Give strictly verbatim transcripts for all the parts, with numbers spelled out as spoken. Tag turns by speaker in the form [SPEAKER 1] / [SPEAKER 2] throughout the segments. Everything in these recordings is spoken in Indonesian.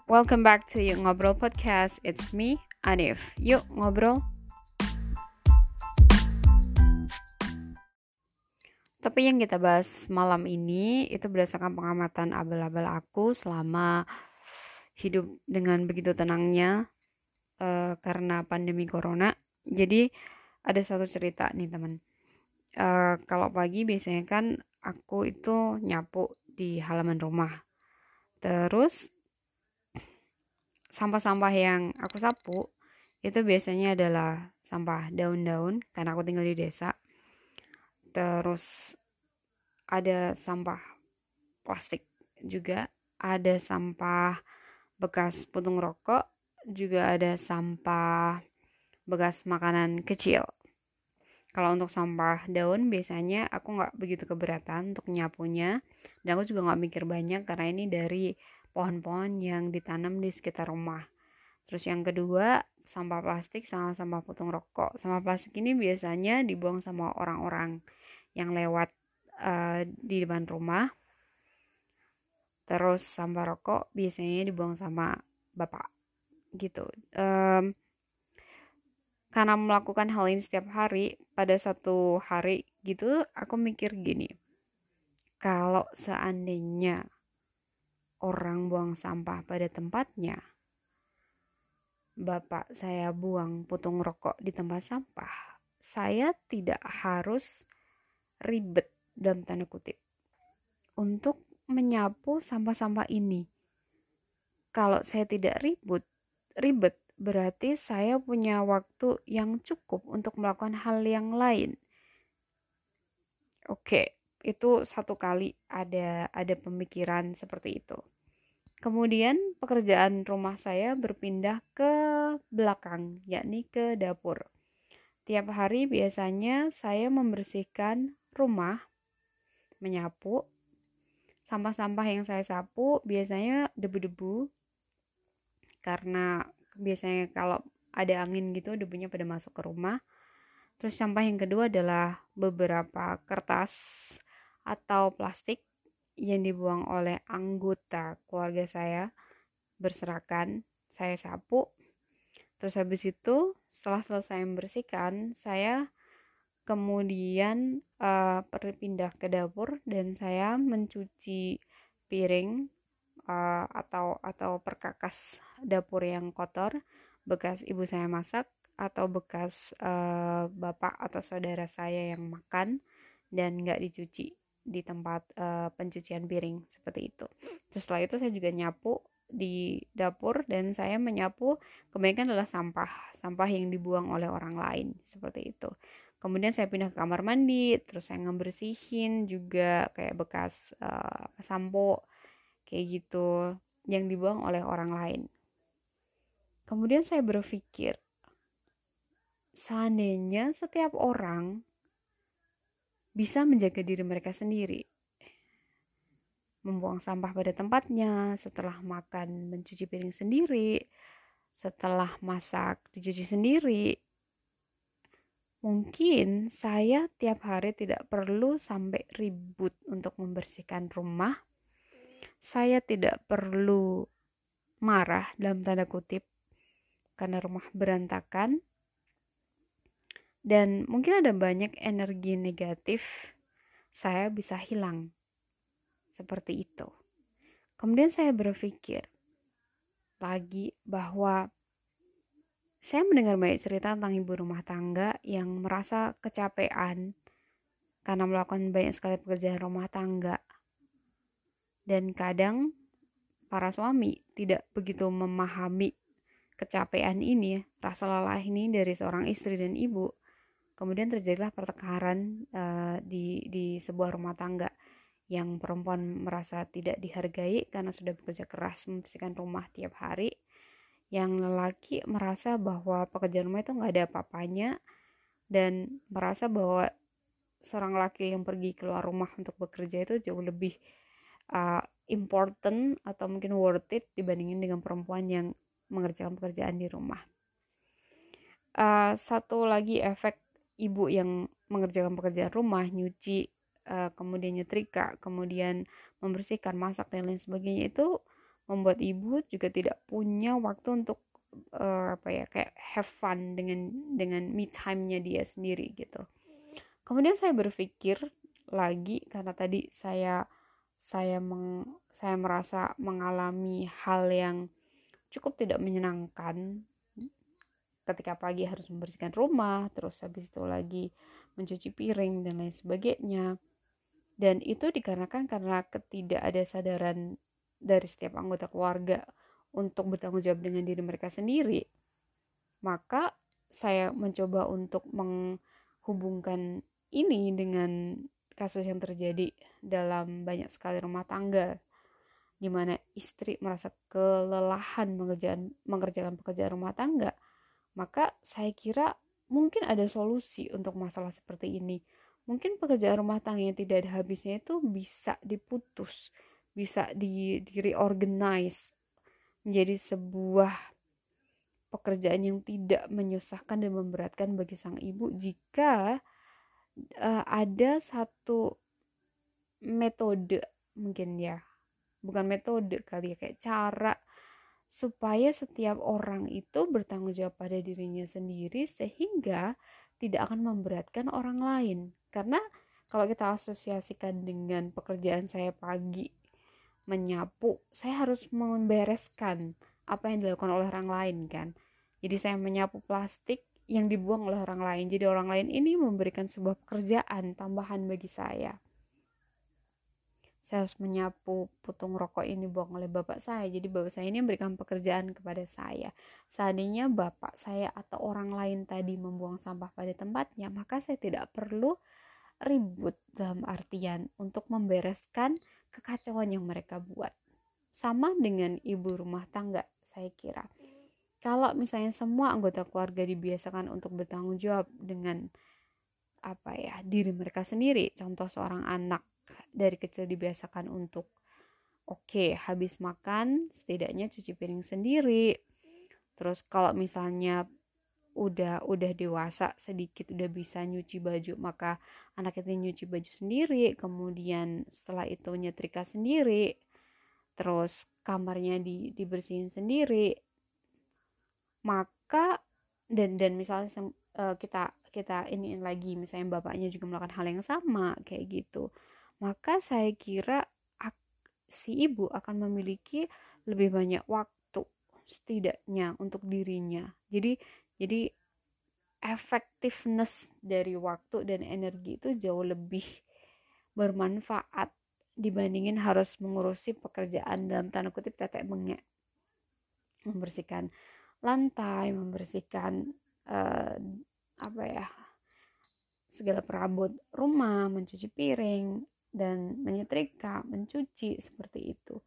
[SPEAKER 1] Welcome back to Yuk Ngobrol Podcast. It's me, Anif. Yuk ngobrol. Tapi yang kita bahas malam ini itu berdasarkan pengamatan abal-abal aku selama hidup dengan begitu tenangnya uh, karena pandemi corona. Jadi ada satu cerita nih teman. Uh, kalau pagi biasanya kan aku itu nyapu di halaman rumah. Terus sampah-sampah yang aku sapu itu biasanya adalah sampah daun-daun karena aku tinggal di desa. Terus ada sampah plastik juga, ada sampah bekas puntung rokok, juga ada sampah bekas makanan kecil. Kalau untuk sampah daun biasanya aku nggak begitu keberatan untuk nyapunya, dan aku juga nggak mikir banyak karena ini dari pohon-pohon yang ditanam di sekitar rumah. Terus yang kedua, sampah plastik sama sampah puntung rokok. Sampah plastik ini biasanya dibuang sama orang-orang yang lewat uh, di depan rumah. Terus sampah rokok biasanya dibuang sama bapak gitu. Um, karena melakukan hal ini setiap hari, pada satu hari gitu, aku mikir gini. Kalau seandainya orang buang sampah pada tempatnya, bapak saya buang puntung rokok di tempat sampah, saya tidak harus ribet dalam tanda kutip untuk menyapu sampah-sampah ini. Kalau saya tidak ribut, ribet berarti saya punya waktu yang cukup untuk melakukan hal yang lain. Oke, itu satu kali ada ada pemikiran seperti itu. Kemudian pekerjaan rumah saya berpindah ke belakang, yakni ke dapur. Tiap hari biasanya saya membersihkan rumah, menyapu. Sampah-sampah yang saya sapu biasanya debu-debu, karena biasanya kalau ada angin gitu debunya pada masuk ke rumah. Terus sampah yang kedua adalah beberapa kertas atau plastik yang dibuang oleh anggota keluarga saya berserakan, saya sapu. Terus habis itu setelah selesai membersihkan, saya kemudian uh, berpindah ke dapur dan saya mencuci piring uh, atau atau perkakas dapur yang kotor bekas ibu saya masak atau bekas uh, bapak atau saudara saya yang makan dan nggak dicuci di tempat uh, pencucian piring seperti itu. Terus setelah itu saya juga nyapu di dapur dan saya menyapu kebanyakan adalah sampah sampah yang dibuang oleh orang lain seperti itu. Kemudian saya pindah ke kamar mandi, terus saya ngebersihin juga kayak bekas uh, sampo kayak gitu yang dibuang oleh orang lain. Kemudian saya berpikir, seandainya setiap orang bisa menjaga diri mereka sendiri, membuang sampah pada tempatnya, setelah makan mencuci piring sendiri, setelah masak dicuci sendiri, mungkin saya tiap hari tidak perlu sampai ribut untuk membersihkan rumah. Saya tidak perlu marah dalam tanda kutip karena rumah berantakan. Dan mungkin ada banyak energi negatif saya bisa hilang. Seperti itu. Kemudian saya berpikir lagi bahwa saya mendengar banyak cerita tentang ibu rumah tangga yang merasa kecapean karena melakukan banyak sekali pekerjaan rumah tangga. Dan kadang para suami tidak begitu memahami kecapean ini, rasa lelah ini dari seorang istri dan ibu. Kemudian terjadilah pertengkaran uh, di di sebuah rumah tangga yang perempuan merasa tidak dihargai karena sudah bekerja keras membersihkan rumah tiap hari. Yang lelaki merasa bahwa pekerjaan rumah itu nggak ada apa-apanya dan merasa bahwa seorang laki yang pergi keluar rumah untuk bekerja itu jauh lebih uh, important atau mungkin worth it dibandingin dengan perempuan yang mengerjakan pekerjaan di rumah. Uh, satu lagi efek ibu yang mengerjakan pekerjaan rumah, nyuci, uh, kemudian nyetrika, kemudian membersihkan, masak dan lain sebagainya, itu membuat ibu juga tidak punya waktu untuk uh, apa ya kayak have fun dengan dengan me time-nya dia sendiri gitu. Kemudian saya berpikir lagi karena tadi saya saya meng, saya merasa mengalami hal yang cukup tidak menyenangkan ketika pagi harus membersihkan rumah, terus habis itu lagi mencuci piring dan lain sebagainya. Dan itu dikarenakan karena ketidak ada sadaran dari setiap anggota keluarga untuk bertanggung jawab dengan diri mereka sendiri. Maka saya mencoba untuk menghubungkan ini dengan kasus yang terjadi dalam banyak sekali rumah tangga, di mana istri merasa kelelahan mengerjakan, mengerjakan pekerjaan rumah tangga. Maka saya kira mungkin ada solusi untuk masalah seperti ini. Mungkin pekerjaan rumah tangga yang tidak ada habisnya itu bisa diputus, bisa di, di reorganize menjadi sebuah pekerjaan yang tidak menyusahkan dan memberatkan bagi sang ibu jika uh, ada satu metode, mungkin ya, bukan metode kali ya, kayak cara supaya setiap orang itu bertanggung jawab pada dirinya sendiri sehingga tidak akan memberatkan orang lain. Karena kalau kita asosiasikan dengan pekerjaan saya pagi menyapu, saya harus membereskan apa yang dilakukan oleh orang lain kan. Jadi saya menyapu plastik yang dibuang oleh orang lain. Jadi orang lain ini memberikan sebuah pekerjaan tambahan bagi saya. Saya harus menyapu putung rokok ini buang oleh bapak saya. Jadi bapak saya ini memberikan pekerjaan kepada saya. Seandainya bapak saya atau orang lain tadi membuang sampah pada tempatnya, maka saya tidak perlu ribut dalam artian untuk membereskan kekacauan yang mereka buat. Sama dengan ibu rumah tangga, saya kira. Kalau misalnya semua anggota keluarga dibiasakan untuk bertanggung jawab dengan apa ya, diri mereka sendiri. Contoh seorang anak dari kecil dibiasakan untuk oke, okay, habis makan setidaknya cuci piring sendiri. Terus kalau misalnya udah udah dewasa sedikit, udah bisa nyuci baju, maka anak itu nyuci baju sendiri. Kemudian setelah itu nyetrika sendiri. Terus kamarnya di, dibersihin sendiri. Maka dan dan misalnya uh, kita kita iniin lagi, misalnya bapaknya juga melakukan hal yang sama kayak gitu, maka saya kira si ibu akan memiliki lebih banyak waktu setidaknya untuk dirinya. Jadi jadi effectiveness dari waktu dan energi itu jauh lebih bermanfaat dibandingin harus mengurusi pekerjaan dalam tanda kutip tetek bengek, membersihkan lantai, membersihkan uh, apa ya, segala perabot rumah, mencuci piring dan menyetrika, mencuci, seperti itu.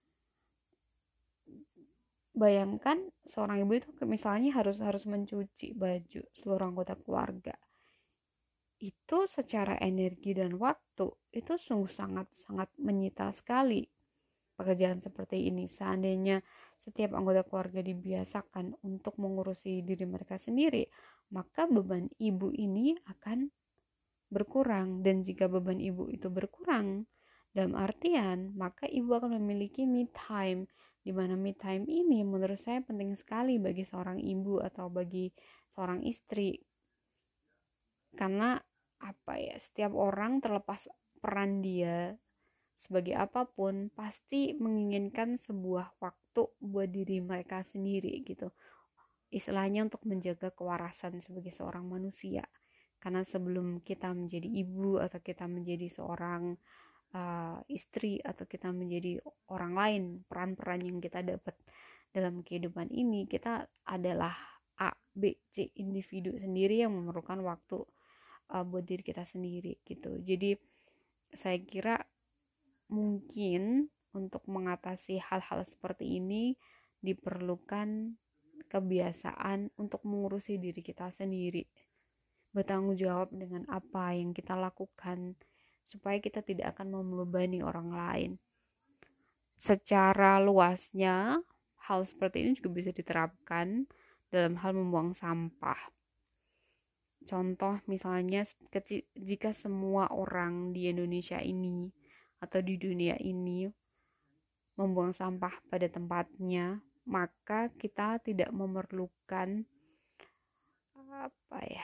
[SPEAKER 1] Bayangkan seorang ibu itu misalnya harus harus mencuci baju seluruh anggota keluarga. Itu secara energi dan waktu itu sungguh sangat sangat menyita sekali pekerjaan seperti ini. Seandainya setiap anggota keluarga dibiasakan untuk mengurusi diri mereka sendiri, maka beban ibu ini akan berkurang. Dan jika beban ibu itu berkurang dalam artian, maka ibu akan memiliki me time, di mana me time ini menurut saya penting sekali bagi seorang ibu atau bagi seorang istri. Karena apa ya, setiap orang terlepas peran dia sebagai apapun pasti menginginkan sebuah waktu buat diri mereka sendiri gitu. Istilahnya untuk menjaga kewarasan sebagai seorang manusia. Karena sebelum kita menjadi ibu atau kita menjadi seorang uh, istri atau kita menjadi orang lain, peran-peran yang kita dapat dalam kehidupan ini, kita adalah A, B, C individu sendiri yang memerlukan waktu uh, buat diri kita sendiri gitu. Jadi saya kira mungkin untuk mengatasi hal-hal seperti ini diperlukan kebiasaan untuk mengurusi diri kita sendiri, bertanggung jawab dengan apa yang kita lakukan supaya kita tidak akan membebani orang lain. Secara luasnya, hal seperti ini juga bisa diterapkan dalam hal membuang sampah. Contoh misalnya jika semua orang di Indonesia ini atau di dunia ini membuang sampah pada tempatnya, maka kita tidak memerlukan apa ya?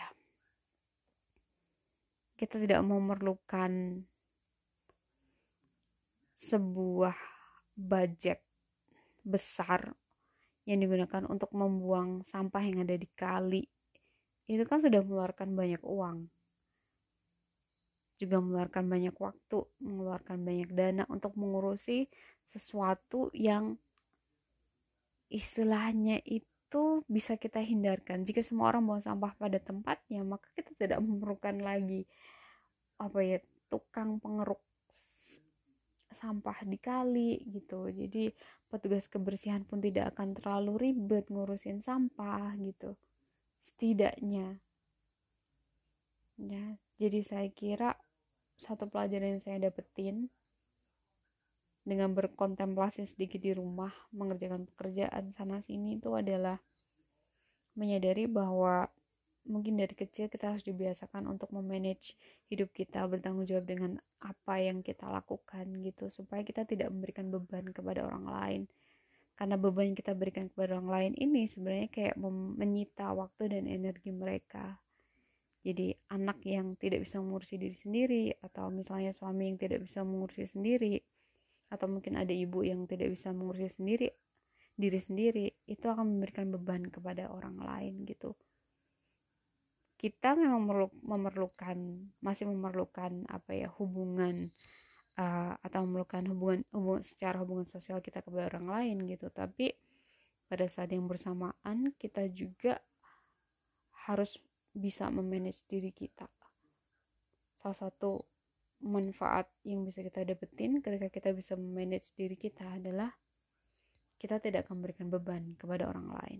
[SPEAKER 1] Kita tidak memerlukan sebuah budget besar yang digunakan untuk membuang sampah yang ada di kali. Itu kan sudah mengeluarkan banyak uang, juga mengeluarkan banyak waktu, mengeluarkan banyak dana untuk mengurusi sesuatu yang istilahnya itu bisa kita hindarkan. Jika semua orang buang sampah pada tempatnya, maka kita tidak memerlukan lagi apa ya, tukang pengeruk sampah di kali gitu. Jadi petugas kebersihan pun tidak akan terlalu ribet ngurusin sampah gitu. Setidaknya ya. Jadi saya kira satu pelajaran yang saya dapetin dengan berkontemplasi sedikit di rumah, mengerjakan pekerjaan sana sini, itu adalah menyadari bahwa mungkin dari kecil kita harus dibiasakan untuk memanage hidup kita, bertanggung jawab dengan apa yang kita lakukan gitu, supaya kita tidak memberikan beban kepada orang lain. Karena beban yang kita berikan kepada orang lain ini sebenarnya kayak menyita waktu dan energi mereka. Jadi anak yang tidak bisa mengurusi diri sendiri, atau misalnya suami yang tidak bisa mengurusi sendiri, atau mungkin ada ibu yang tidak bisa mengurusi sendiri diri sendiri, itu akan memberikan beban kepada orang lain gitu. Kita memang memerlukan, masih memerlukan apa ya, hubungan uh, atau memerlukan hubungan, hubungan secara hubungan sosial kita kepada orang lain gitu. Tapi pada saat yang bersamaan kita juga harus bisa memanage diri kita. Salah satu manfaat yang bisa kita dapetin ketika kita bisa memanage diri kita adalah kita tidak akan memberikan beban kepada orang lain.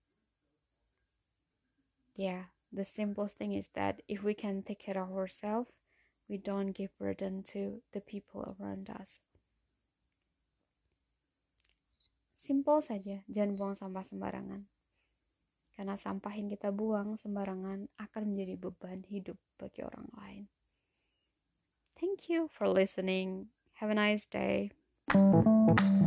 [SPEAKER 1] Yeah, the simplest thing is that if we can take care of ourselves, we don't give burden to the people around us. Simple saja, jangan buang sampah sembarangan. Karena sampah yang kita buang sembarangan akan menjadi beban hidup bagi orang lain. Thank you for listening. Have a nice day.